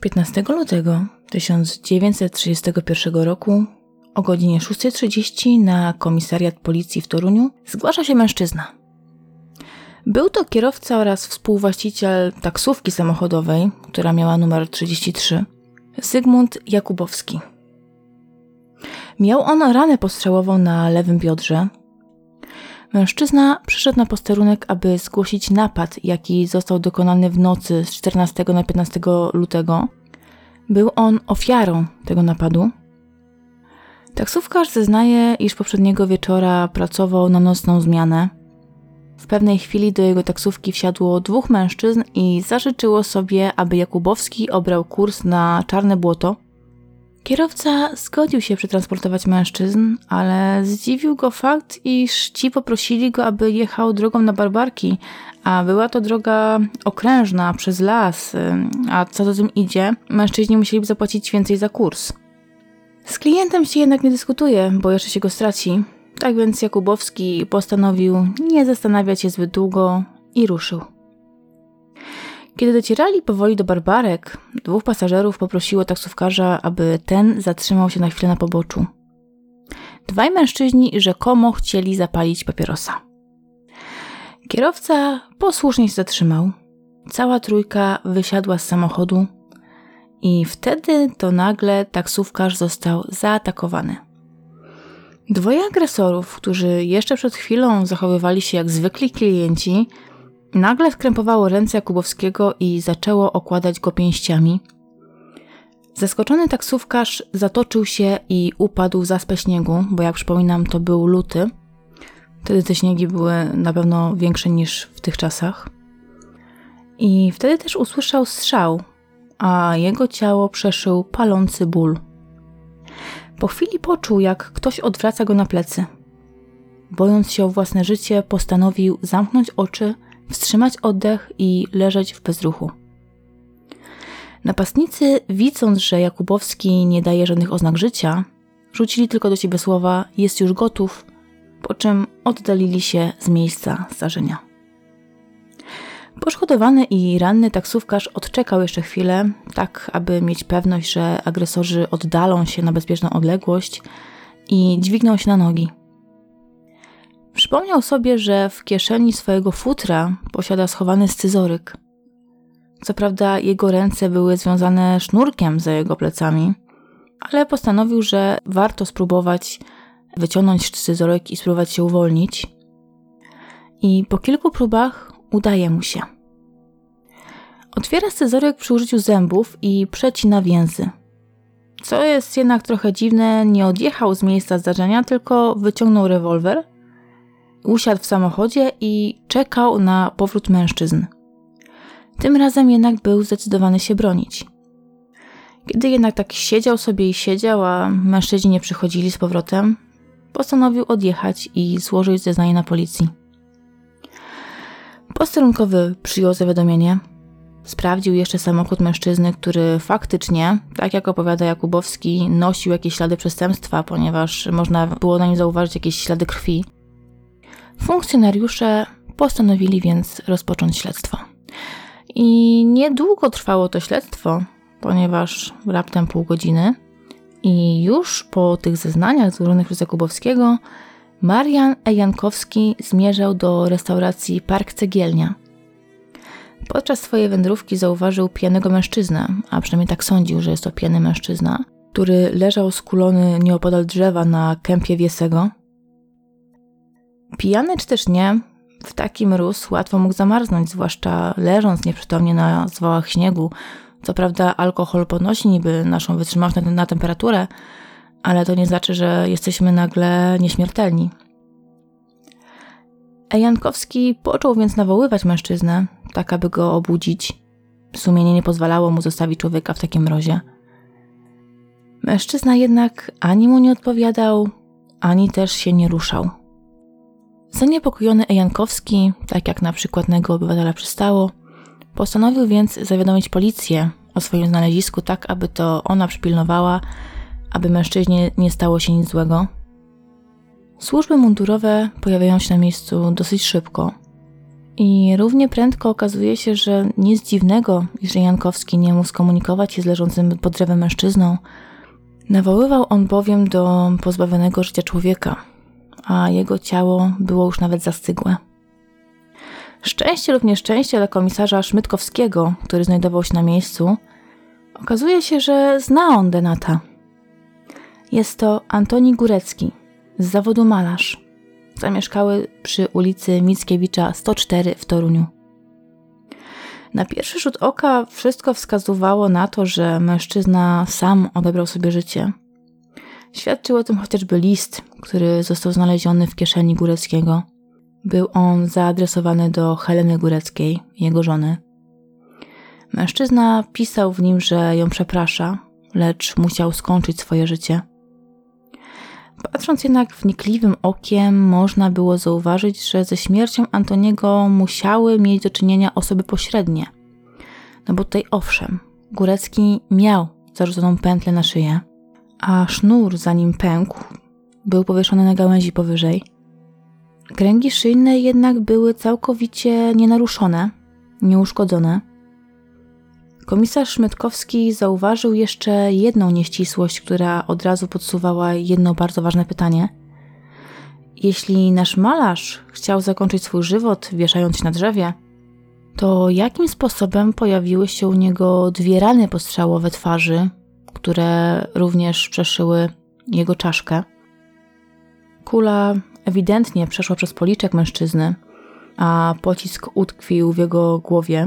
15 lutego 1931 roku o godzinie 6:30 na komisariat policji w Toruniu zgłasza się mężczyzna. Był to kierowca oraz współwłaściciel taksówki samochodowej, która miała numer 33, Zygmunt Jakubowski. Miał on ranę postrzałową na lewym biodrze. Mężczyzna przyszedł na posterunek, aby zgłosić napad, jaki został dokonany w nocy z 14 na 15 lutego. Był on ofiarą tego napadu. Taksówkarz zeznaje, iż poprzedniego wieczora pracował na nocną zmianę. W pewnej chwili do jego taksówki wsiadło 2 mężczyzn i zażyczyło sobie, aby Jakubowski obrał kurs na Czarne Błoto. Kierowca zgodził się przetransportować mężczyzn, ale zdziwił go fakt, iż ci poprosili go, aby jechał drogą na Barbarki, a była to droga okrężna przez las, a co za tym idzie, mężczyźni musieliby zapłacić więcej za kurs. Z klientem się jednak nie dyskutuje, bo jeszcze się go straci, tak więc Jakubowski postanowił nie zastanawiać się zbyt długo i ruszył. Kiedy docierali powoli do Barbarek, 2 pasażerów poprosiło taksówkarza, aby ten zatrzymał się na chwilę na poboczu. 2 mężczyźni rzekomo chcieli zapalić papierosa. Kierowca posłusznie się zatrzymał. Cała trójka wysiadła z samochodu i wtedy to nagle taksówkarz został zaatakowany. 2 agresorów, którzy jeszcze przed chwilą zachowywali się jak zwykli klienci, nagle skrępowało ręce Jakubowskiego i zaczęło okładać go pięściami. Zaskoczony taksówkarz zatoczył się i upadł w zaspę śniegu, bo jak przypominam, to był luty. Wtedy te śniegi były na pewno większe niż w tych czasach. I wtedy też usłyszał strzał, a jego ciało przeszył palący ból. Po chwili poczuł, jak ktoś odwraca go na plecy. Bojąc się o własne życie, postanowił zamknąć oczy, wstrzymać oddech i leżeć w bezruchu. Napastnicy, widząc, że Jakubowski nie daje żadnych oznak życia, rzucili tylko do siebie słowa: jest już gotów, po czym oddalili się z miejsca zdarzenia. Poszkodowany i ranny taksówkarz odczekał jeszcze chwilę, tak aby mieć pewność, że agresorzy oddalą się na bezpieczną odległość, i dźwignął się na nogi. Przypomniał sobie, że w kieszeni swojego futra posiada schowany scyzoryk. Co prawda jego ręce były związane sznurkiem za jego plecami, ale postanowił, że warto spróbować wyciągnąć scyzoryk i spróbować się uwolnić. I po kilku próbach udaje mu się. Otwiera scyzoryk przy użyciu zębów i przecina więzy. Co jest jednak trochę dziwne, nie odjechał z miejsca zdarzenia, tylko wyciągnął rewolwer, usiadł w samochodzie i czekał na powrót mężczyzn. Tym razem jednak był zdecydowany się bronić. Kiedy jednak tak siedział sobie i siedział, a mężczyźni nie przychodzili z powrotem, postanowił odjechać i złożyć zeznanie na policji. Posterunkowy przyjął zawiadomienie. Sprawdził jeszcze samochód mężczyzny, który faktycznie, tak jak opowiada Jakubowski, nosił jakieś ślady przestępstwa, ponieważ można było na nim zauważyć jakieś ślady krwi. Funkcjonariusze postanowili więc rozpocząć śledztwo. I niedługo trwało to śledztwo, ponieważ raptem pół godziny, i już po tych zeznaniach złożonych przez Jakubowskiego Marian Jankowski zmierzał do restauracji Park Cegielnia. Podczas swojej wędrówki zauważył pijanego mężczyznę, a przynajmniej tak sądził, że jest to pijany mężczyzna, który leżał skulony nieopodal drzewa na kępie Wiesego. Pijany czy też nie, w taki mróz łatwo mógł zamarznąć, zwłaszcza leżąc nieprzytomnie na zwałach śniegu. Co prawda alkohol podnosi niby naszą wytrzymałość na temperaturę, ale to nie znaczy, że jesteśmy nagle nieśmiertelni. Jankowski począł więc nawoływać mężczyznę, tak aby go obudzić. Sumienie nie pozwalało mu zostawić człowieka w takim mrozie. Mężczyzna jednak ani mu nie odpowiadał, ani też się nie ruszał. Zaniepokojony Jankowski, tak jak na przykładnego obywatela przystało, postanowił więc zawiadomić policję o swoim znalezisku, tak aby to ona przypilnowała, aby mężczyźnie nie stało się nic złego. Służby mundurowe pojawiają się na miejscu dosyć szybko. I równie prędko okazuje się, że nic dziwnego, iż Jankowski nie mógł skomunikować się z leżącym pod drzewem mężczyzną. Nawoływał on bowiem do pozbawionego życia człowieka, a jego ciało było już nawet zastygłe. Szczęście lub nieszczęście dla komisarza Szmytkowskiego, który znajdował się na miejscu, okazuje się, że zna on Denata. Jest to Antoni Górecki, z zawodu malarz. Zamieszkały przy ulicy Mickiewicza 104 w Toruniu. Na pierwszy rzut oka wszystko wskazywało na to, że mężczyzna sam odebrał sobie życie. Świadczył o tym chociażby list, który został znaleziony w kieszeni Góreckiego. Był on zaadresowany do Heleny Góreckiej, jego żony. Mężczyzna pisał w nim, że ją przeprasza, lecz musiał skończyć swoje życie. Patrząc jednak wnikliwym okiem, można było zauważyć, że ze śmiercią Antoniego musiały mieć do czynienia osoby pośrednie. No bo tutaj owszem, Górecki miał zarzuconą pętlę na szyję, a sznur, zanim pękł, był powieszony na gałęzi powyżej. Kręgi szyjne jednak były całkowicie nienaruszone, nieuszkodzone. Komisarz Szmytkowski zauważył jeszcze jedną nieścisłość, która od razu podsuwała jedno bardzo ważne pytanie. Jeśli nasz malarz chciał zakończyć swój żywot wieszając się na drzewie, to jakim sposobem pojawiły się u niego 2 rany postrzałowe twarzy, które również przeszyły jego czaszkę? Kula ewidentnie przeszła przez policzek mężczyzny, a pocisk utkwił w jego głowie.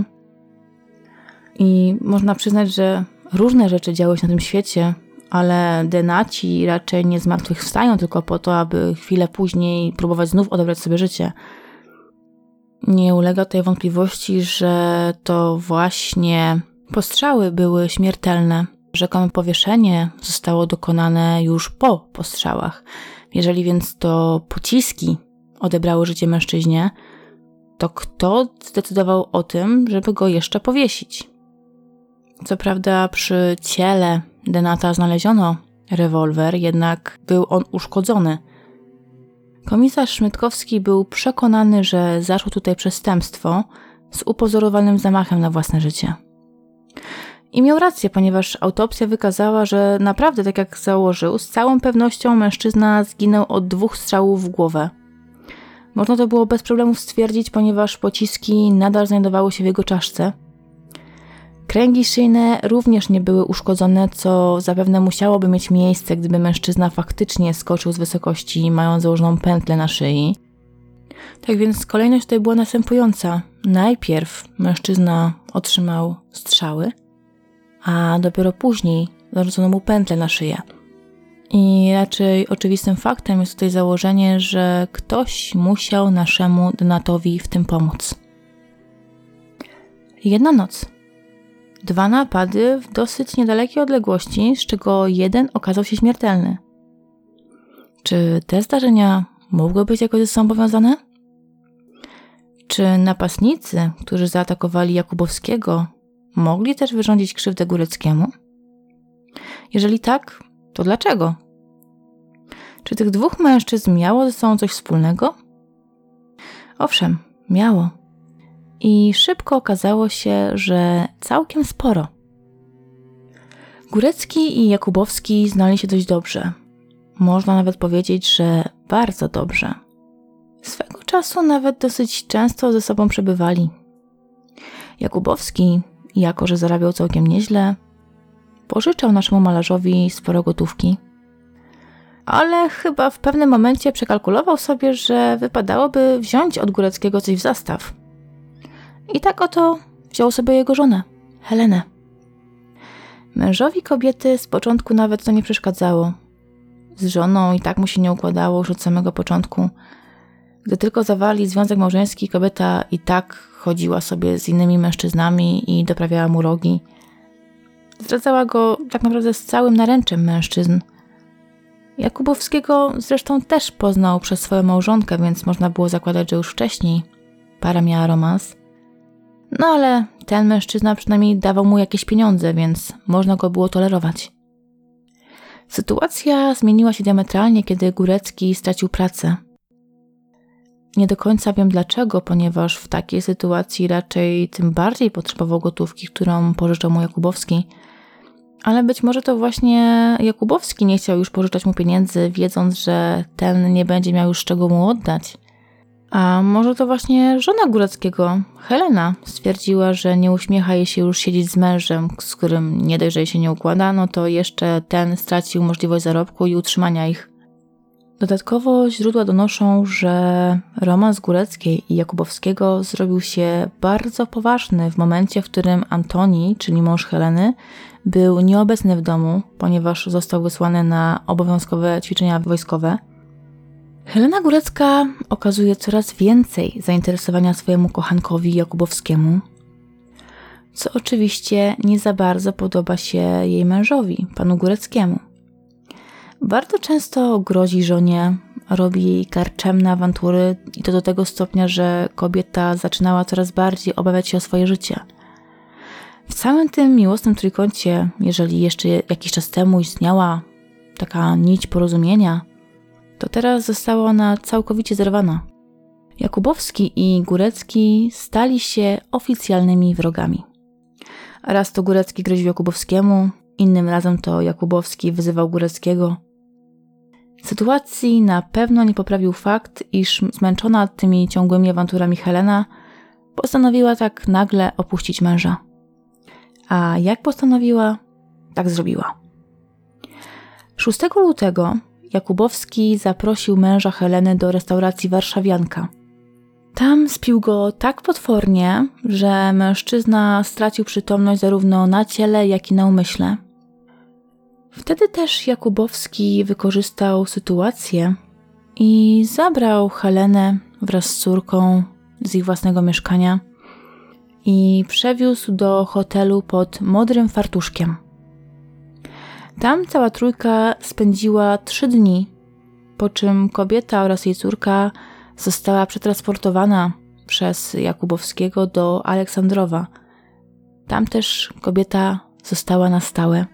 I można przyznać, że różne rzeczy działy się na tym świecie, ale Denaci raczej nie zmartwychwstają tylko po to, aby chwilę później próbować znów odebrać sobie życie. Nie ulega tutaj wątpliwości, że to właśnie postrzały były śmiertelne. Rzekome powieszenie zostało dokonane już po postrzałach. Jeżeli więc to pociski odebrały życie mężczyźnie, to kto zdecydował o tym, żeby go jeszcze powiesić? Co prawda przy ciele Denata znaleziono rewolwer, jednak był on uszkodzony. Komisarz Szmytkowski był przekonany, że zaszło tutaj przestępstwo z upozorowanym zamachem na własne życie. I miał rację, ponieważ autopsja wykazała, że naprawdę, tak jak założył, z całą pewnością mężczyzna zginął od 2 strzałów w głowę. Można to było bez problemów stwierdzić, ponieważ pociski nadal znajdowały się w jego czaszce. Kręgi szyjne również nie były uszkodzone, co zapewne musiałoby mieć miejsce, gdyby mężczyzna faktycznie skoczył z wysokości, mając założoną pętlę na szyi. Tak więc kolejność tutaj była następująca. Najpierw mężczyzna otrzymał strzały, a dopiero później zarzucono mu pętlę na szyję. I raczej oczywistym faktem jest tutaj założenie, że ktoś musiał naszemu Denatowi w tym pomóc. Jedna noc. 2 napady w dosyć niedalekiej odległości, z czego jeden okazał się śmiertelny. Czy te zdarzenia mogły być jakoś ze sobą powiązane? Czy napastnicy, którzy zaatakowali Jakubowskiego, mogli też wyrządzić krzywdę Góreckiemu? Jeżeli tak, to dlaczego? Czy tych 2 mężczyzn miało ze sobą coś wspólnego? Owszem, miało. I szybko okazało się, że całkiem sporo. Górecki i Jakubowski znali się dość dobrze. Można nawet powiedzieć, że bardzo dobrze. Swego czasu nawet dosyć często ze sobą przebywali. Jakubowski, jako że zarabiał całkiem nieźle, pożyczał naszemu malarzowi sporo gotówki. Ale chyba w pewnym momencie przekalkulował sobie, że wypadałoby wziąć od Góreckiego coś w zastaw. I tak oto wziął sobie jego żonę, Helenę. Mężowi kobiety z początku nawet to nie przeszkadzało. Z żoną i tak mu się nie układało już od samego początku. Gdy tylko zawarli związek małżeński, kobieta i tak chodziła sobie z innymi mężczyznami i doprawiała mu rogi. Zdradzała go tak naprawdę z całym naręczem mężczyzn. Jakubowskiego zresztą też poznał przez swoją małżonkę, więc można było zakładać, że już wcześniej para miała romans. No ale ten mężczyzna przynajmniej dawał mu jakieś pieniądze, więc można go było tolerować. Sytuacja zmieniła się diametralnie, kiedy Górecki stracił pracę. Nie do końca wiem dlaczego, ponieważ w takiej sytuacji raczej tym bardziej potrzebował gotówki, którą pożyczał mu Jakubowski. Ale być może to właśnie Jakubowski nie chciał już pożyczać mu pieniędzy, wiedząc, że ten nie będzie miał już czego mu oddać. A może to właśnie żona Góreckiego, Helena, stwierdziła, że nie uśmiecha jej się już siedzieć z mężem, z którym nie dość, że jej się nie układa, no to jeszcze ten stracił możliwość zarobku i utrzymania ich. Dodatkowo źródła donoszą, że romans Góreckiej i Jakubowskiego zrobił się bardzo poważny w momencie, w którym Antoni, czyli mąż Heleny, był nieobecny w domu, ponieważ został wysłany na obowiązkowe ćwiczenia wojskowe. Helena Górecka okazuje coraz więcej zainteresowania swojemu kochankowi Jakubowskiemu, co oczywiście nie za bardzo podoba się jej mężowi, panu Góreckiemu. Bardzo często grozi żonie, robi jej karczemne awantury i to do tego stopnia, że kobieta zaczynała coraz bardziej obawiać się o swoje życie. W całym tym miłosnym trójkącie, jeżeli jeszcze jakiś czas temu istniała taka nić porozumienia, to teraz została ona całkowicie zerwana. Jakubowski i Górecki stali się oficjalnymi wrogami. Raz to Górecki groził Jakubowskiemu, innym razem to Jakubowski wyzywał Góreckiego. Sytuacji na pewno nie poprawił fakt, iż zmęczona tymi ciągłymi awanturami Helena postanowiła tak nagle opuścić męża. A jak postanowiła, tak zrobiła. 6 lutego Jakubowski zaprosił męża Heleny do restauracji Warszawianka. Tam spił go tak potwornie, że mężczyzna stracił przytomność zarówno na ciele, jak i na umyśle. Wtedy też Jakubowski wykorzystał sytuację i zabrał Helenę wraz z córką z ich własnego mieszkania i przewiózł do hotelu pod Modrym Fartuszkiem. Tam cała trójka spędziła 3 dni, po czym kobieta oraz jej córka została przetransportowana przez Jakubowskiego do Aleksandrowa. Tam też kobieta została na stałe.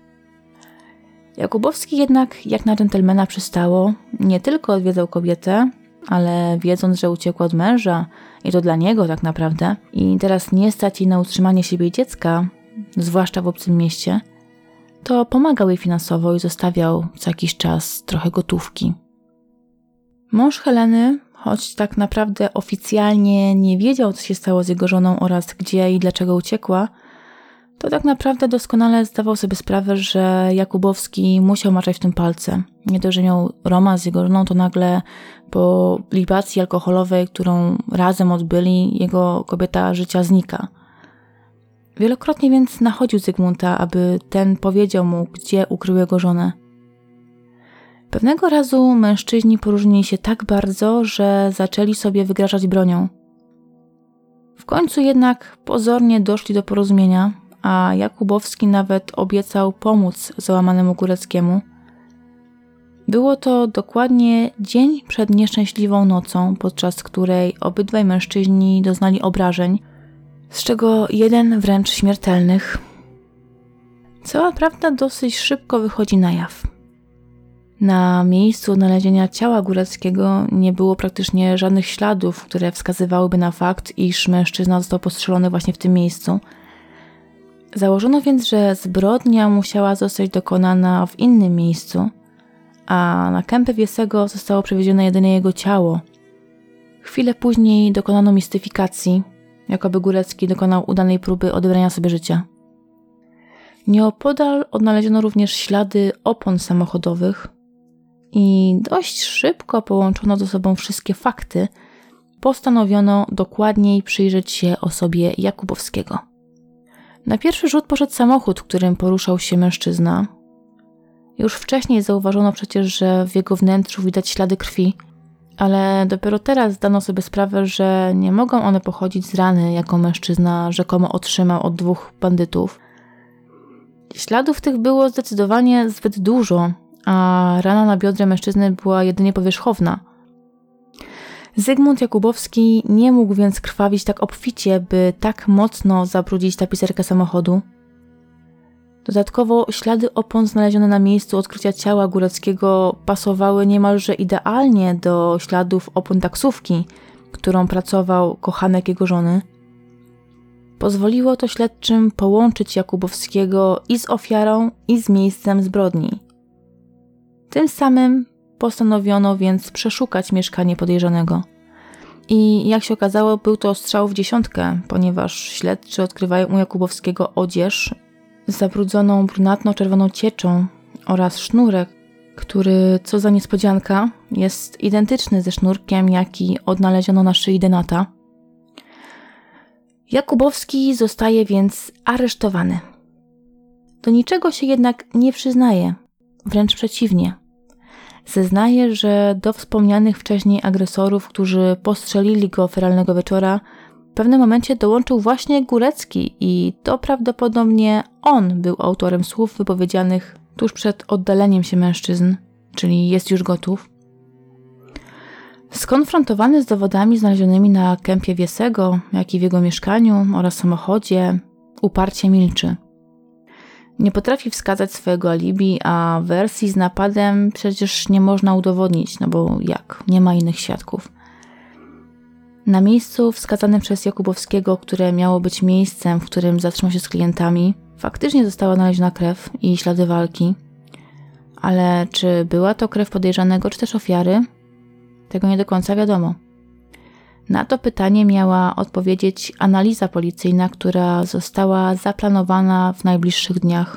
Jakubowski jednak, jak na dżentelmena przystało, nie tylko odwiedzał kobietę, ale wiedząc, że uciekła od męża i to dla niego tak naprawdę i teraz nie stać jej na utrzymanie siebie i dziecka, zwłaszcza w obcym mieście, to pomagał jej finansowo i zostawiał co jakiś czas trochę gotówki. Mąż Heleny, choć tak naprawdę oficjalnie nie wiedział, co się stało z jego żoną oraz gdzie i dlaczego uciekła, to tak naprawdę doskonale zdawał sobie sprawę, że Jakubowski musiał maczać w tym palce. Nie dość, że miał romans z jego żoną, to nagle po libacji alkoholowej, którą razem odbyli, jego kobieta życia znika. Wielokrotnie więc nachodził Zygmunta, aby ten powiedział mu, gdzie ukrył jego żonę. Pewnego razu mężczyźni poróżnili się tak bardzo, że zaczęli sobie wygrażać bronią. W końcu jednak pozornie doszli do porozumienia, a Jakubowski nawet obiecał pomóc załamanemu Góreckiemu. Było to dokładnie dzień przed nieszczęśliwą nocą, podczas której obydwaj mężczyźni doznali obrażeń, z czego jeden wręcz śmiertelnych. Cała prawda dosyć szybko wychodzi na jaw. Na miejscu odnalezienia ciała Góreckiego nie było praktycznie żadnych śladów, które wskazywałyby na fakt, iż mężczyzna został postrzelony właśnie w tym miejscu. Założono więc, że zbrodnia musiała zostać dokonana w innym miejscu, a na Kępę Wiesego zostało przewiezione jedynie jego ciało. Chwilę później dokonano mistyfikacji, jakoby Górecki dokonał udanej próby odebrania sobie życia. Nieopodal odnaleziono również ślady opon samochodowych i dość szybko połączono ze sobą wszystkie fakty. Postanowiono dokładniej przyjrzeć się osobie Jakubowskiego. Na pierwszy rzut poszedł samochód, którym poruszał się mężczyzna. Już wcześniej zauważono przecież, że w jego wnętrzu widać ślady krwi, ale dopiero teraz zdano sobie sprawę, że nie mogą one pochodzić z rany, jaką mężczyzna rzekomo otrzymał od 2 bandytów. Śladów tych było zdecydowanie zbyt dużo, a rana na biodrze mężczyzny była jedynie powierzchowna. Zygmunt Jakubowski nie mógł więc krwawić tak obficie, by tak mocno zabrudzić tapicerkę samochodu. Dodatkowo ślady opon znalezione na miejscu odkrycia ciała Góreckiego pasowały niemalże idealnie do śladów opon taksówki, którą pracował kochanek jego żony. Pozwoliło to śledczym połączyć Jakubowskiego i z ofiarą, i z miejscem zbrodni. Tym samym postanowiono więc przeszukać mieszkanie podejrzanego. I jak się okazało, był to strzał w dziesiątkę, ponieważ śledczy odkrywają u Jakubowskiego odzież z zabrudzoną brunatno-czerwoną cieczą oraz sznurek, który, co za niespodzianka, jest identyczny ze sznurkiem, jaki odnaleziono na szyi Denata. Jakubowski zostaje więc aresztowany. Do niczego się jednak nie przyznaje, wręcz przeciwnie. Zeznaje, że do wspomnianych wcześniej agresorów, którzy postrzelili go feralnego wieczora, w pewnym momencie dołączył właśnie Górecki i to prawdopodobnie on był autorem słów wypowiedzianych tuż przed oddaleniem się mężczyzn, czyli jest już gotów. Skonfrontowany z dowodami znalezionymi na kępie Wiesego, jak i w jego mieszkaniu oraz samochodzie, uparcie milczy. Nie potrafi wskazać swojego alibi, a wersji z napadem przecież nie można udowodnić, no bo jak, nie ma innych świadków. Na miejscu wskazanym przez Jakubowskiego, które miało być miejscem, w którym zatrzymał się z klientami, faktycznie została znaleziona krew i ślady walki. Ale czy była to krew podejrzanego, czy też ofiary? Tego nie do końca wiadomo. Na to pytanie miała odpowiedzieć analiza policyjna, która została zaplanowana w najbliższych dniach.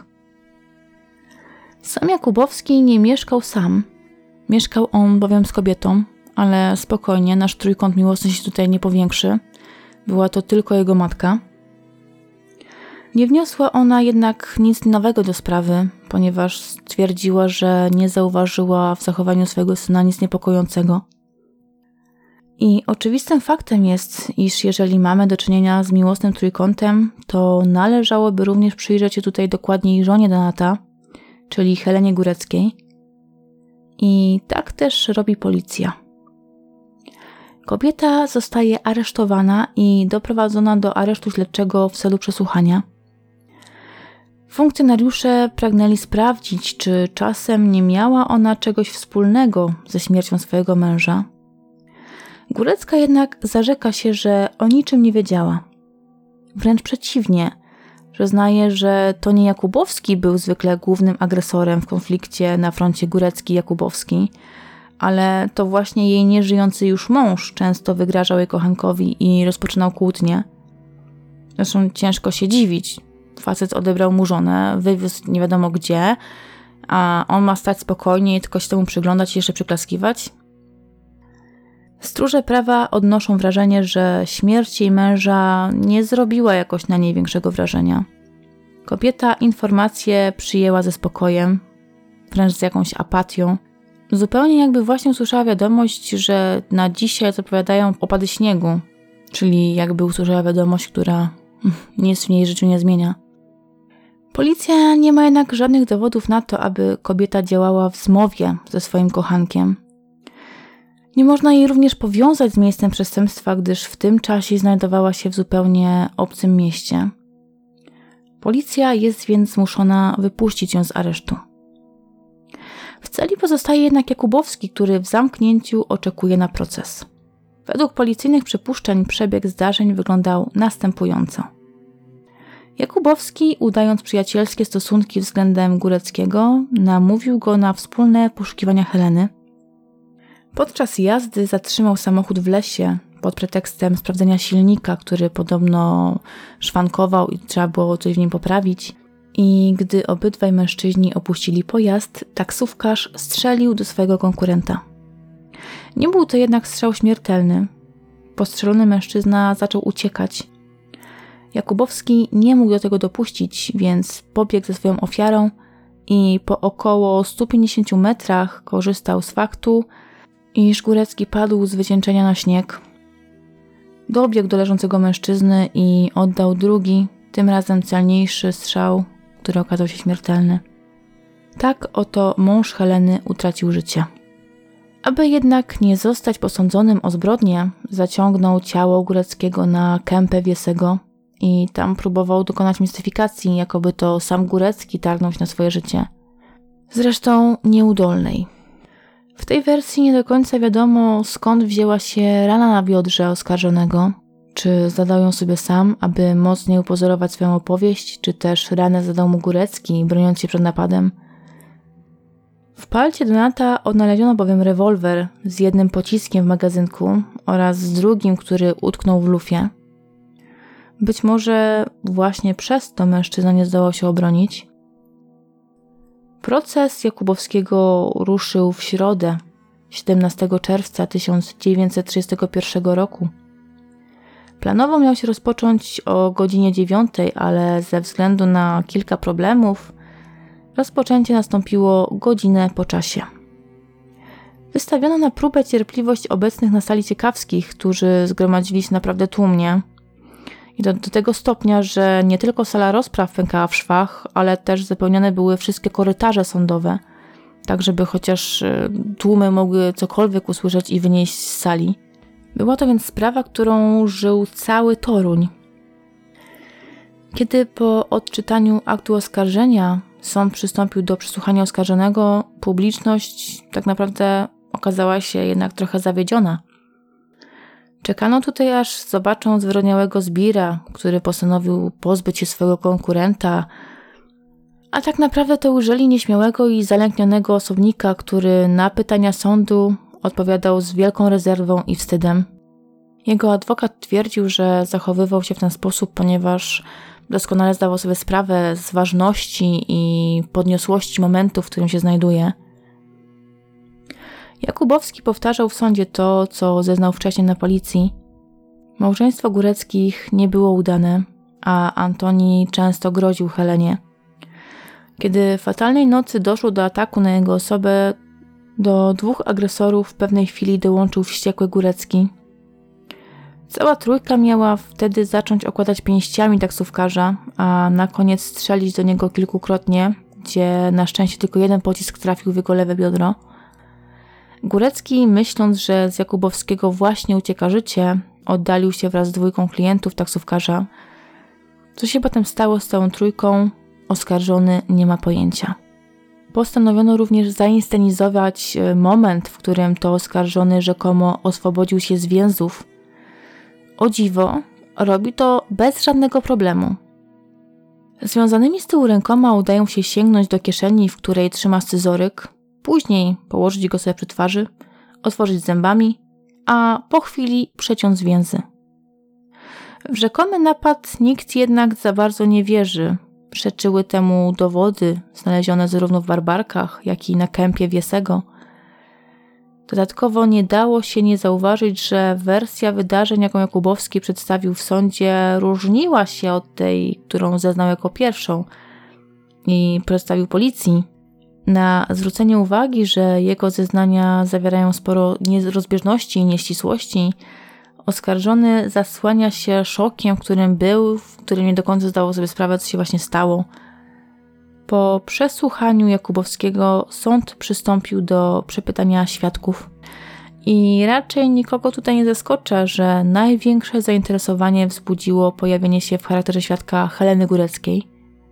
Sam Jakubowski nie mieszkał sam. Mieszkał on bowiem z kobietą, ale spokojnie, nasz trójkąt miłosny się tutaj nie powiększy. Była to tylko jego matka. Nie wniosła ona jednak nic nowego do sprawy, ponieważ stwierdziła, że nie zauważyła w zachowaniu swojego syna nic niepokojącego. I oczywistym faktem jest, iż jeżeli mamy do czynienia z miłosnym trójkątem, to należałoby również przyjrzeć się tutaj dokładniej żonie Denata, czyli Helenie Góreckiej. I tak też robi policja. Kobieta zostaje aresztowana i doprowadzona do aresztu śledczego w celu przesłuchania. Funkcjonariusze pragnęli sprawdzić, czy czasem nie miała ona czegoś wspólnego ze śmiercią swojego męża. Górecka jednak zarzeka się, że o niczym nie wiedziała. Wręcz przeciwnie, przyznaje, że to nie Jakubowski był zwykle głównym agresorem w konflikcie na froncie Górecki-Jakubowski, ale to właśnie jej nieżyjący już mąż często wygrażał jej kochankowi i rozpoczynał kłótnie. Zresztą ciężko się dziwić. Facet odebrał mu żonę, wywiózł nie wiadomo gdzie, a on ma stać spokojnie i tylko się temu przyglądać i jeszcze przyklaskiwać. Stróże prawa odnoszą wrażenie, że śmierć jej męża nie zrobiła jakoś na niej większego wrażenia. Kobieta informację przyjęła ze spokojem, wręcz z jakąś apatią. Zupełnie jakby właśnie usłyszała wiadomość, że na dzisiaj zapowiadają opady śniegu, czyli jakby usłyszała wiadomość, która nic w jej życiu nie zmienia. Policja nie ma jednak żadnych dowodów na to, aby kobieta działała w zmowie ze swoim kochankiem. Nie można jej również powiązać z miejscem przestępstwa, gdyż w tym czasie znajdowała się w zupełnie obcym mieście. Policja jest więc zmuszona wypuścić ją z aresztu. W celi pozostaje jednak Jakubowski, który w zamknięciu oczekuje na proces. Według policyjnych przypuszczeń przebieg zdarzeń wyglądał następująco. Jakubowski, udając przyjacielskie stosunki względem Góreckiego, namówił go na wspólne poszukiwania Heleny. Podczas jazdy zatrzymał samochód w lesie pod pretekstem sprawdzenia silnika, który podobno szwankował i trzeba było coś w nim poprawić. I gdy obydwaj mężczyźni opuścili pojazd, taksówkarz strzelił do swojego konkurenta. Nie był to jednak strzał śmiertelny. Postrzelony mężczyzna zaczął uciekać. Jakubowski nie mógł do tego dopuścić, więc pobiegł ze swoją ofiarą i po około 150 metrach korzystał z faktu, iż Górecki padł z wycieńczenia na śnieg. Dobiegł do leżącego mężczyzny i oddał drugi, tym razem celniejszy strzał, który okazał się śmiertelny. Tak oto mąż Heleny utracił życie. Aby jednak nie zostać posądzonym o zbrodnię, zaciągnął ciało Góreckiego na kępę Wiesego i tam próbował dokonać mistyfikacji, jakoby to sam Górecki targnął się na swoje życie. Zresztą nieudolnej. W tej wersji nie do końca wiadomo, skąd wzięła się rana na biodrze oskarżonego. Czy zadał ją sobie sam, aby mocniej upozorować swoją opowieść, czy też ranę zadał mu Górecki, broniąc się przed napadem. W palcie Donata odnaleziono bowiem rewolwer z jednym pociskiem w magazynku oraz z drugim, który utknął w lufie. Być może właśnie przez to mężczyzna nie zdołał się obronić. Proces Jakubowskiego ruszył w środę, 17 czerwca 1931 roku. Planowo miał się rozpocząć o godzinie 9, ale ze względu na kilka problemów rozpoczęcie nastąpiło godzinę po czasie. Wystawiono na próbę cierpliwość obecnych na sali ciekawskich, którzy zgromadzili się naprawdę tłumnie. I do tego stopnia, że nie tylko sala rozpraw pękała w szwach, ale też zapełnione były wszystkie korytarze sądowe, tak żeby chociaż tłumy mogły cokolwiek usłyszeć i wynieść z sali. Była to więc sprawa, którą żył cały Toruń. Kiedy po odczytaniu aktu oskarżenia sąd przystąpił do przesłuchania oskarżonego, publiczność tak naprawdę okazała się jednak trochę zawiedziona. Czekano tutaj, aż zobaczą zwyrodniałego zbira, który postanowił pozbyć się swojego konkurenta, a tak naprawdę to ujrzeli nieśmiałego i zalęknionego osobnika, który na pytania sądu odpowiadał z wielką rezerwą i wstydem. Jego adwokat twierdził, że zachowywał się w ten sposób, ponieważ doskonale zdawał sobie sprawę z ważności i podniosłości momentu, w którym się znajduje. Jakubowski powtarzał w sądzie to, co zeznał wcześniej na policji. Małżeństwo Góreckich nie było udane, a Antoni często groził Helenie. Kiedy fatalnej nocy doszło do ataku na jego osobę, do 2 agresorów w pewnej chwili dołączył wściekły Górecki. Cała trójka miała wtedy zacząć okładać pięściami taksówkarza, a na koniec strzelić do niego kilkukrotnie, gdzie na szczęście tylko jeden pocisk trafił w jego lewe biodro. Górecki, myśląc, że z Jakubowskiego właśnie ucieka życie, oddalił się wraz z 2 klientów taksówkarza. Co się potem stało z całą trójką, oskarżony nie ma pojęcia. Postanowiono również zainscenizować moment, w którym to oskarżony rzekomo oswobodził się z więzów. O dziwo, robi to bez żadnego problemu. Związanymi z tyłu rękoma udają się sięgnąć do kieszeni, w której trzyma scyzoryk, później położyć go sobie przy twarzy, otworzyć zębami, a po chwili przeciąć więzy. W rzekomy napad nikt jednak za bardzo nie wierzy. Przeczyły temu dowody znalezione zarówno w Barbarkach, jak i na kępie Wiesego. Dodatkowo nie dało się nie zauważyć, że wersja wydarzeń, jaką Jakubowski przedstawił w sądzie, różniła się od tej, którą zeznał jako pierwszą i przedstawił policji. Na zwrócenie uwagi, że jego zeznania zawierają sporo rozbieżności i nieścisłości, oskarżony zasłania się szokiem, w którym był, w którym nie do końca zdawał sobie sprawę, co się właśnie stało. Po przesłuchaniu Jakubowskiego sąd przystąpił do przepytania świadków. I raczej nikogo tutaj nie zaskocza, że największe zainteresowanie wzbudziło pojawienie się w charakterze świadka Heleny Góreckiej.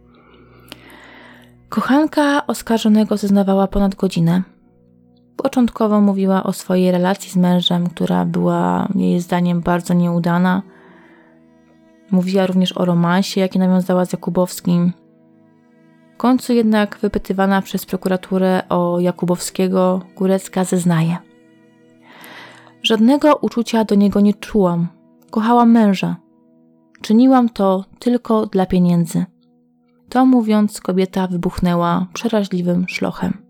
Kochanka oskarżonego zeznawała ponad godzinę. Początkowo mówiła o swojej relacji z mężem, która była jej zdaniem bardzo nieudana. Mówiła również o romansie, jaki nawiązała z Jakubowskim. W końcu jednak wypytywana przez prokuraturę o Jakubowskiego, Górecka zeznaje: żadnego uczucia do niego nie czułam. Kochałam męża. Czyniłam to tylko dla pieniędzy. To mówiąc, kobieta wybuchnęła przeraźliwym szlochem.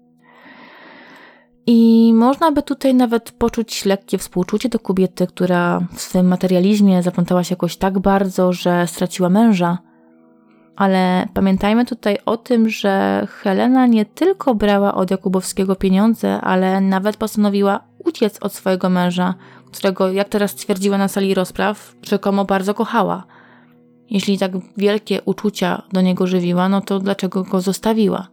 I można by tutaj nawet poczuć lekkie współczucie do kobiety, która w swym materializmie zaplątała się jakoś tak bardzo, że straciła męża. Ale pamiętajmy tutaj o tym, że Helena nie tylko brała od Jakubowskiego pieniądze, ale nawet postanowiła uciec od swojego męża, którego, jak teraz stwierdziła na sali rozpraw, rzekomo bardzo kochała. Jeśli tak wielkie uczucia do niego żywiła, no to dlaczego go zostawiła?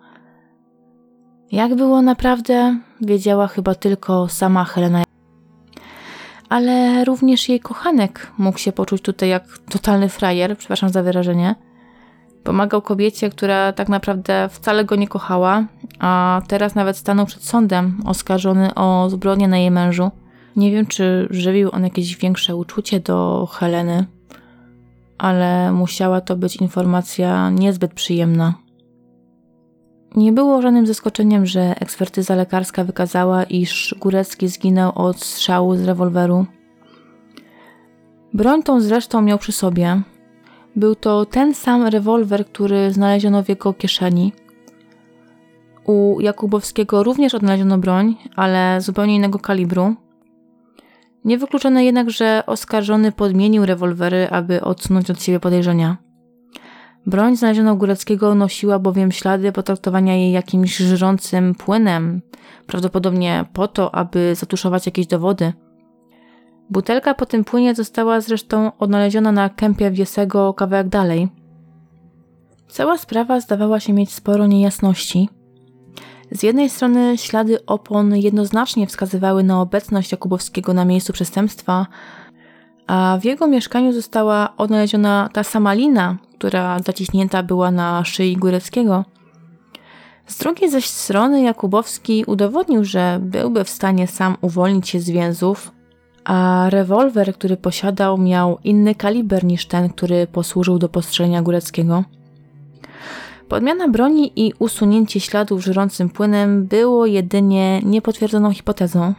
Jak było naprawdę, wiedziała chyba tylko sama Helena. ale również jej kochanek mógł się poczuć tutaj jak totalny frajer, przepraszam za wyrażenie. Pomagał kobiecie, która tak naprawdę wcale go nie kochała, a teraz nawet stanął przed sądem oskarżony o zbrodnię na jej mężu. Nie wiem, czy żywił on jakieś większe uczucie do Heleny, ale musiała to być informacja niezbyt przyjemna. Nie było żadnym zaskoczeniem, że ekspertyza lekarska wykazała, iż Górecki zginął od strzału z rewolweru. Broń tą zresztą miał przy sobie. Był to ten sam rewolwer, który znaleziono w jego kieszeni. U Jakubowskiego również odnaleziono broń, ale zupełnie innego kalibru. Niewykluczone jednak, że oskarżony podmienił rewolwery, aby odsunąć od siebie podejrzenia. Broń znaleziono u Góreckiego nosiła bowiem ślady potraktowania jej jakimś żrącym płynem, prawdopodobnie po to, aby zatuszować jakieś dowody. Butelka po tym płynie została zresztą odnaleziona na kępie Wiesego kawałek dalej. Cała sprawa zdawała się mieć sporo niejasności. Z jednej strony ślady opon jednoznacznie wskazywały na obecność Jakubowskiego na miejscu przestępstwa, a w jego mieszkaniu została odnaleziona ta sama lina, która zaciśnięta była na szyi Góreckiego. Z drugiej zaś strony Jakubowski udowodnił, że byłby w stanie sam uwolnić się z więzów, a rewolwer, który posiadał, miał inny kaliber niż ten, który posłużył do postrzelenia Góreckiego. Podmiana broni i usunięcie śladów żrącym płynem było jedynie niepotwierdzoną hipotezą.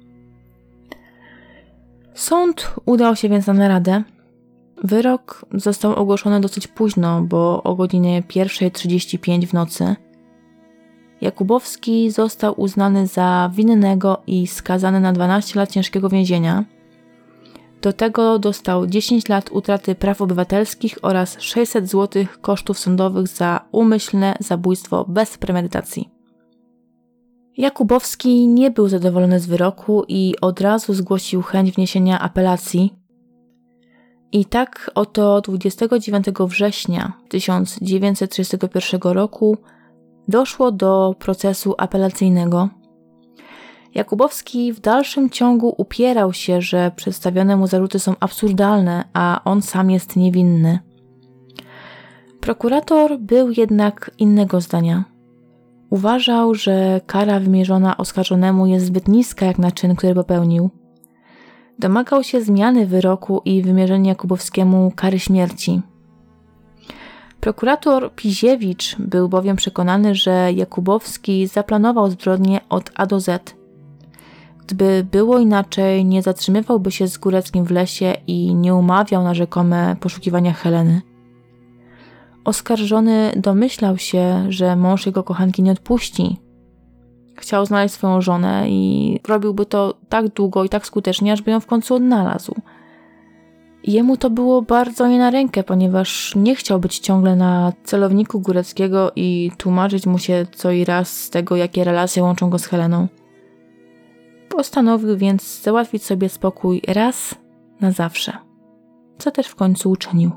Sąd udał się więc na naradę. Wyrok został ogłoszony dosyć późno, bo o godzinie 1:35 w nocy. Jakubowski został uznany za winnego i skazany na 12 lat ciężkiego więzienia. Do tego dostał 10 lat utraty praw obywatelskich oraz 600 zł kosztów sądowych za umyślne zabójstwo bez premedytacji. Jakubowski nie był zadowolony z wyroku i od razu zgłosił chęć wniesienia apelacji. I tak oto 29 września 1931 roku doszło do procesu apelacyjnego. Jakubowski w dalszym ciągu upierał się, że przedstawione mu zarzuty są absurdalne, a on sam jest niewinny. Prokurator był jednak innego zdania. Uważał, że kara wymierzona oskarżonemu jest zbyt niska jak na czyn, który popełnił. Domagał się zmiany wyroku i wymierzenia Jakubowskiemu kary śmierci. Prokurator Piziewicz był bowiem przekonany, że Jakubowski zaplanował zbrodnię od A do Z. Gdyby było inaczej, nie zatrzymywałby się z Góreckim w lesie i nie umawiał na rzekome poszukiwania Heleny. Oskarżony domyślał się, że mąż jego kochanki nie odpuści. Chciał znaleźć swoją żonę i robiłby to tak długo i tak skutecznie, ażby ją w końcu odnalazł. Jemu to było bardzo nie na rękę, ponieważ nie chciał być ciągle na celowniku Góreckiego i tłumaczyć mu się co i raz z tego, jakie relacje łączą go z Heleną. Postanowił więc załatwić sobie spokój raz na zawsze, co też w końcu uczynił.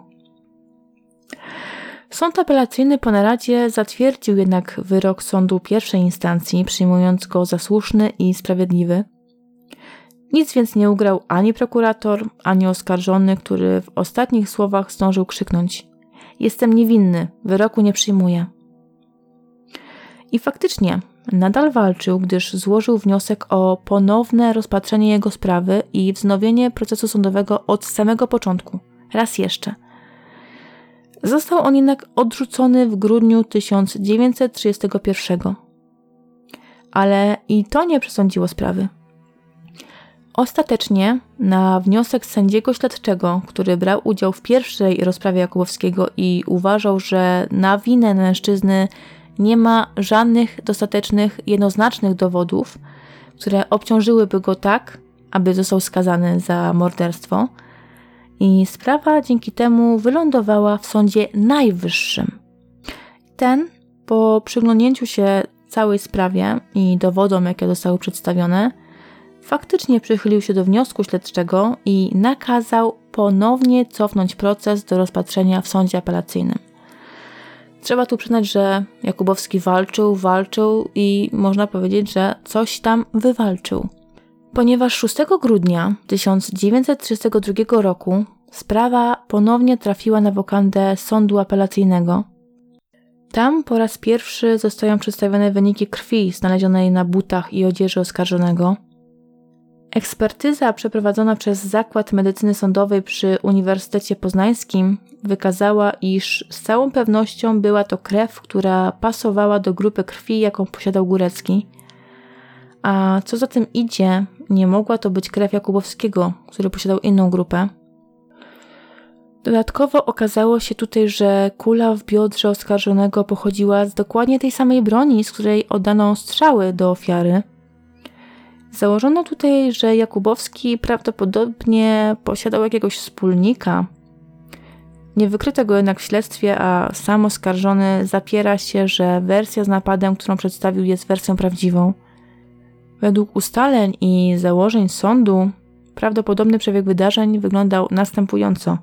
Sąd apelacyjny po naradzie zatwierdził jednak wyrok sądu pierwszej instancji, przyjmując go za słuszny i sprawiedliwy. Nic więc nie ugrał ani prokurator, ani oskarżony, który w ostatnich słowach zdążył krzyknąć: „Jestem niewinny, wyroku nie przyjmuję”. I faktycznie nadal walczył, gdyż złożył wniosek o ponowne rozpatrzenie jego sprawy i wznowienie procesu sądowego od samego początku. Raz jeszcze. Został on jednak odrzucony w grudniu 1931. Ale i to nie przesądziło sprawy. Ostatecznie na wniosek sędziego śledczego, który brał udział w pierwszej rozprawie Jakubowskiego i uważał, że na winę mężczyzny nie ma żadnych dostatecznych, jednoznacznych dowodów, które obciążyłyby go tak, aby został skazany za morderstwo, i sprawa dzięki temu wylądowała w Sądzie Najwyższym. Ten, po przyglądnięciu się całej sprawie i dowodom, jakie zostały przedstawione, faktycznie przychylił się do wniosku śledczego i nakazał ponownie cofnąć proces do rozpatrzenia w sądzie apelacyjnym. Trzeba tu przyznać, że Jakubowski walczył i można powiedzieć, że coś tam wywalczył. Ponieważ 6 grudnia 1932 roku sprawa ponownie trafiła na wokandę sądu apelacyjnego. Tam po raz pierwszy zostają przedstawione wyniki krwi znalezionej na butach i odzieży oskarżonego. Ekspertyza przeprowadzona przez Zakład Medycyny Sądowej przy Uniwersytecie Poznańskim wykazała, iż z całą pewnością była to krew, która pasowała do grupy krwi, jaką posiadał Górecki. A co za tym idzie, nie mogła to być krew Jakubowskiego, który posiadał inną grupę. Dodatkowo okazało się tutaj, że kula w biodrze oskarżonego pochodziła z dokładnie tej samej broni, z której oddano strzały do ofiary. Założono tutaj, że Jakubowski prawdopodobnie posiadał jakiegoś wspólnika. Nie wykryto go jednak w śledztwie, a sam oskarżony zapiera się, że wersja z napadem, którą przedstawił, jest wersją prawdziwą. Według ustaleń i założeń sądu prawdopodobny przebieg wydarzeń wyglądał następująco.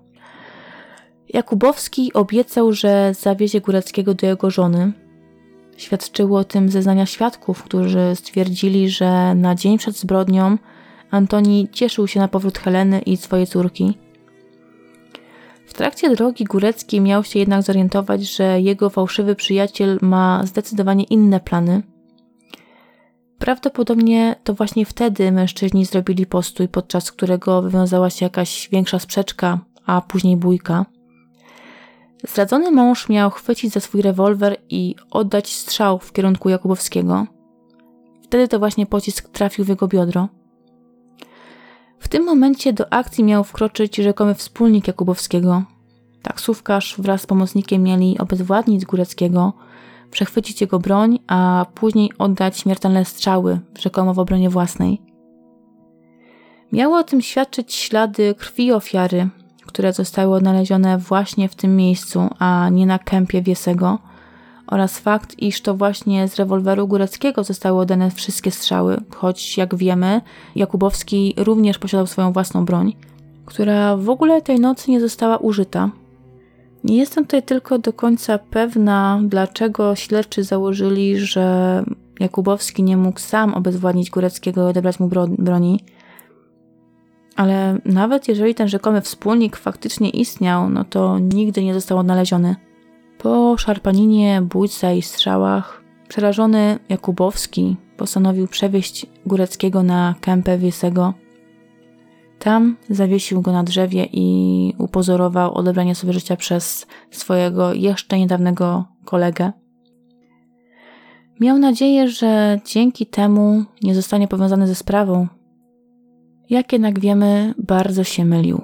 Jakubowski obiecał, że zawiezie Góreckiego do jego żony. Świadczyły o tym zeznania świadków, którzy stwierdzili, że na dzień przed zbrodnią Antoni cieszył się na powrót Heleny i swojej córki. W trakcie drogi Górecki miał się jednak zorientować, że jego fałszywy przyjaciel ma zdecydowanie inne plany. Prawdopodobnie to właśnie wtedy mężczyźni zrobili postój, podczas którego wywiązała się jakaś większa sprzeczka, a później bójka. Zdradzony mąż miał chwycić za swój rewolwer i oddać strzał w kierunku Jakubowskiego. Wtedy to właśnie pocisk trafił w jego biodro. W tym momencie do akcji miał wkroczyć rzekomy wspólnik Jakubowskiego. Taksówkarz wraz z pomocnikiem mieli obezwładnić Góreckiego, przechwycić jego broń, a później oddać śmiertelne strzały, rzekomo w obronie własnej. Miały o tym świadczyć ślady krwi ofiary, które zostały odnalezione właśnie w tym miejscu, a nie na kępie Wiesego, oraz fakt, iż to właśnie z rewolweru Góreckiego zostały oddane wszystkie strzały, choć jak wiemy, Jakubowski również posiadał swoją własną broń, która w ogóle tej nocy nie została użyta. Nie jestem tutaj tylko do końca pewna, dlaczego śledczy założyli, że Jakubowski nie mógł sam obezwładnić Góreckiego i odebrać mu broni. Ale nawet jeżeli ten rzekomy wspólnik faktycznie istniał, no to nigdy nie został odnaleziony. Po szarpaninie, bójce i strzałach przerażony Jakubowski postanowił przewieźć Góreckiego na kępę Wiesego. Tam zawiesił go na drzewie i upozorował odebranie sobie życia przez swojego jeszcze niedawnego kolegę. Miał nadzieję, że dzięki temu nie zostanie powiązany ze sprawą. Jak jednak wiemy, bardzo się mylił.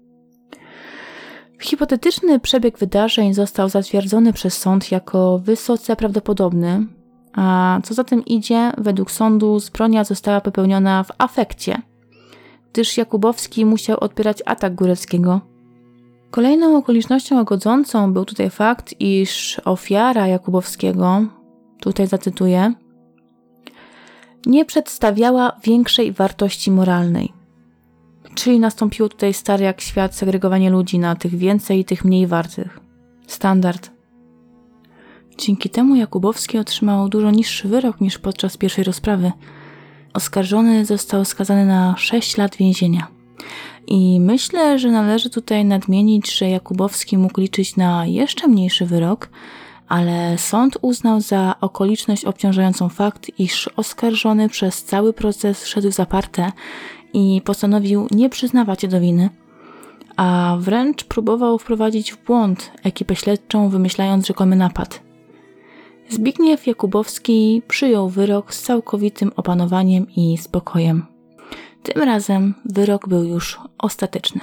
Hipotetyczny przebieg wydarzeń został zatwierdzony przez sąd jako wysoce prawdopodobny, a co za tym idzie, według sądu zbrodnia została popełniona w afekcie, gdyż Jakubowski musiał odpierać atak Góreckiego. Kolejną okolicznością łagodzącą był tutaj fakt, iż ofiara Jakubowskiego, tutaj zacytuję, nie przedstawiała większej wartości moralnej. Czyli nastąpiło tutaj stare jak świat segregowanie ludzi na tych więcej i tych mniej wartych. Standard. Dzięki temu Jakubowski otrzymał dużo niższy wyrok niż podczas pierwszej rozprawy. Oskarżony został skazany na 6 lat więzienia. I myślę, że należy tutaj nadmienić, że Jakubowski mógł liczyć na jeszcze mniejszy wyrok, ale sąd uznał za okoliczność obciążającą fakt, iż oskarżony przez cały proces szedł w zaparte i postanowił nie przyznawać się do winy, a wręcz próbował wprowadzić w błąd ekipę śledczą, wymyślając rzekomy napad. Zbigniew Jakubowski przyjął wyrok z całkowitym opanowaniem i spokojem. Tym razem wyrok był już ostateczny.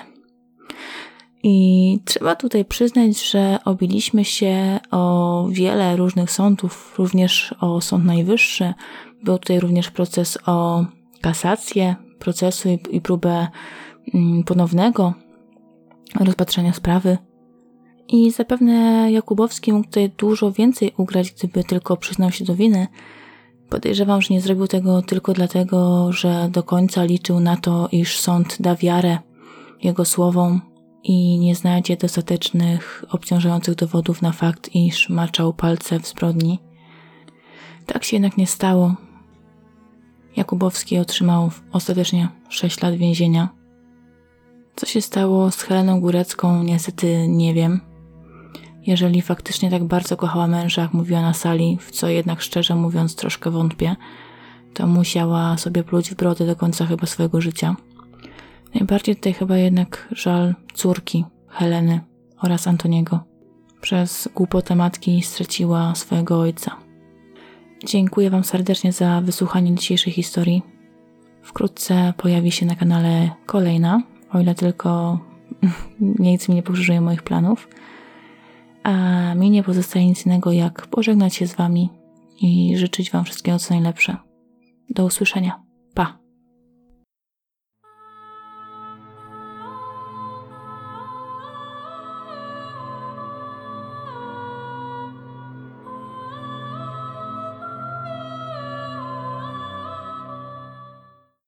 I trzeba tutaj przyznać, że obiliśmy się o wiele różnych sądów, również o Sąd Najwyższy. Był tutaj również proces o kasację procesu i próbę ponownego rozpatrzenia sprawy. I zapewne Jakubowski mógł tutaj dużo więcej ugrać, gdyby tylko przyznał się do winy. Podejrzewam, że nie zrobił tego tylko dlatego, że do końca liczył na to, iż sąd da wiarę jego słowom i nie znajdzie dostatecznych, obciążających dowodów na fakt, iż maczał palce w zbrodni. Tak się jednak nie stało. Jakubowski otrzymał ostatecznie 6 lat więzienia. Co się stało z Heleną Górecką, niestety nie wiem. Jeżeli faktycznie tak bardzo kochała męża, jak mówiła na sali, w co jednak szczerze mówiąc troszkę wątpię, to musiała sobie pluć w brodę do końca chyba swojego życia. Najbardziej tutaj chyba jednak żal córki Heleny oraz Antoniego. Przez głupotę matki straciła swojego ojca. Dziękuję Wam serdecznie za wysłuchanie dzisiejszej historii. Wkrótce pojawi się na kanale kolejna, o ile tylko nic mi nie pokrzyżuje moich planów. A mi nie pozostaje nic innego, jak pożegnać się z Wami i życzyć Wam wszystkiego co najlepsze. Do usłyszenia.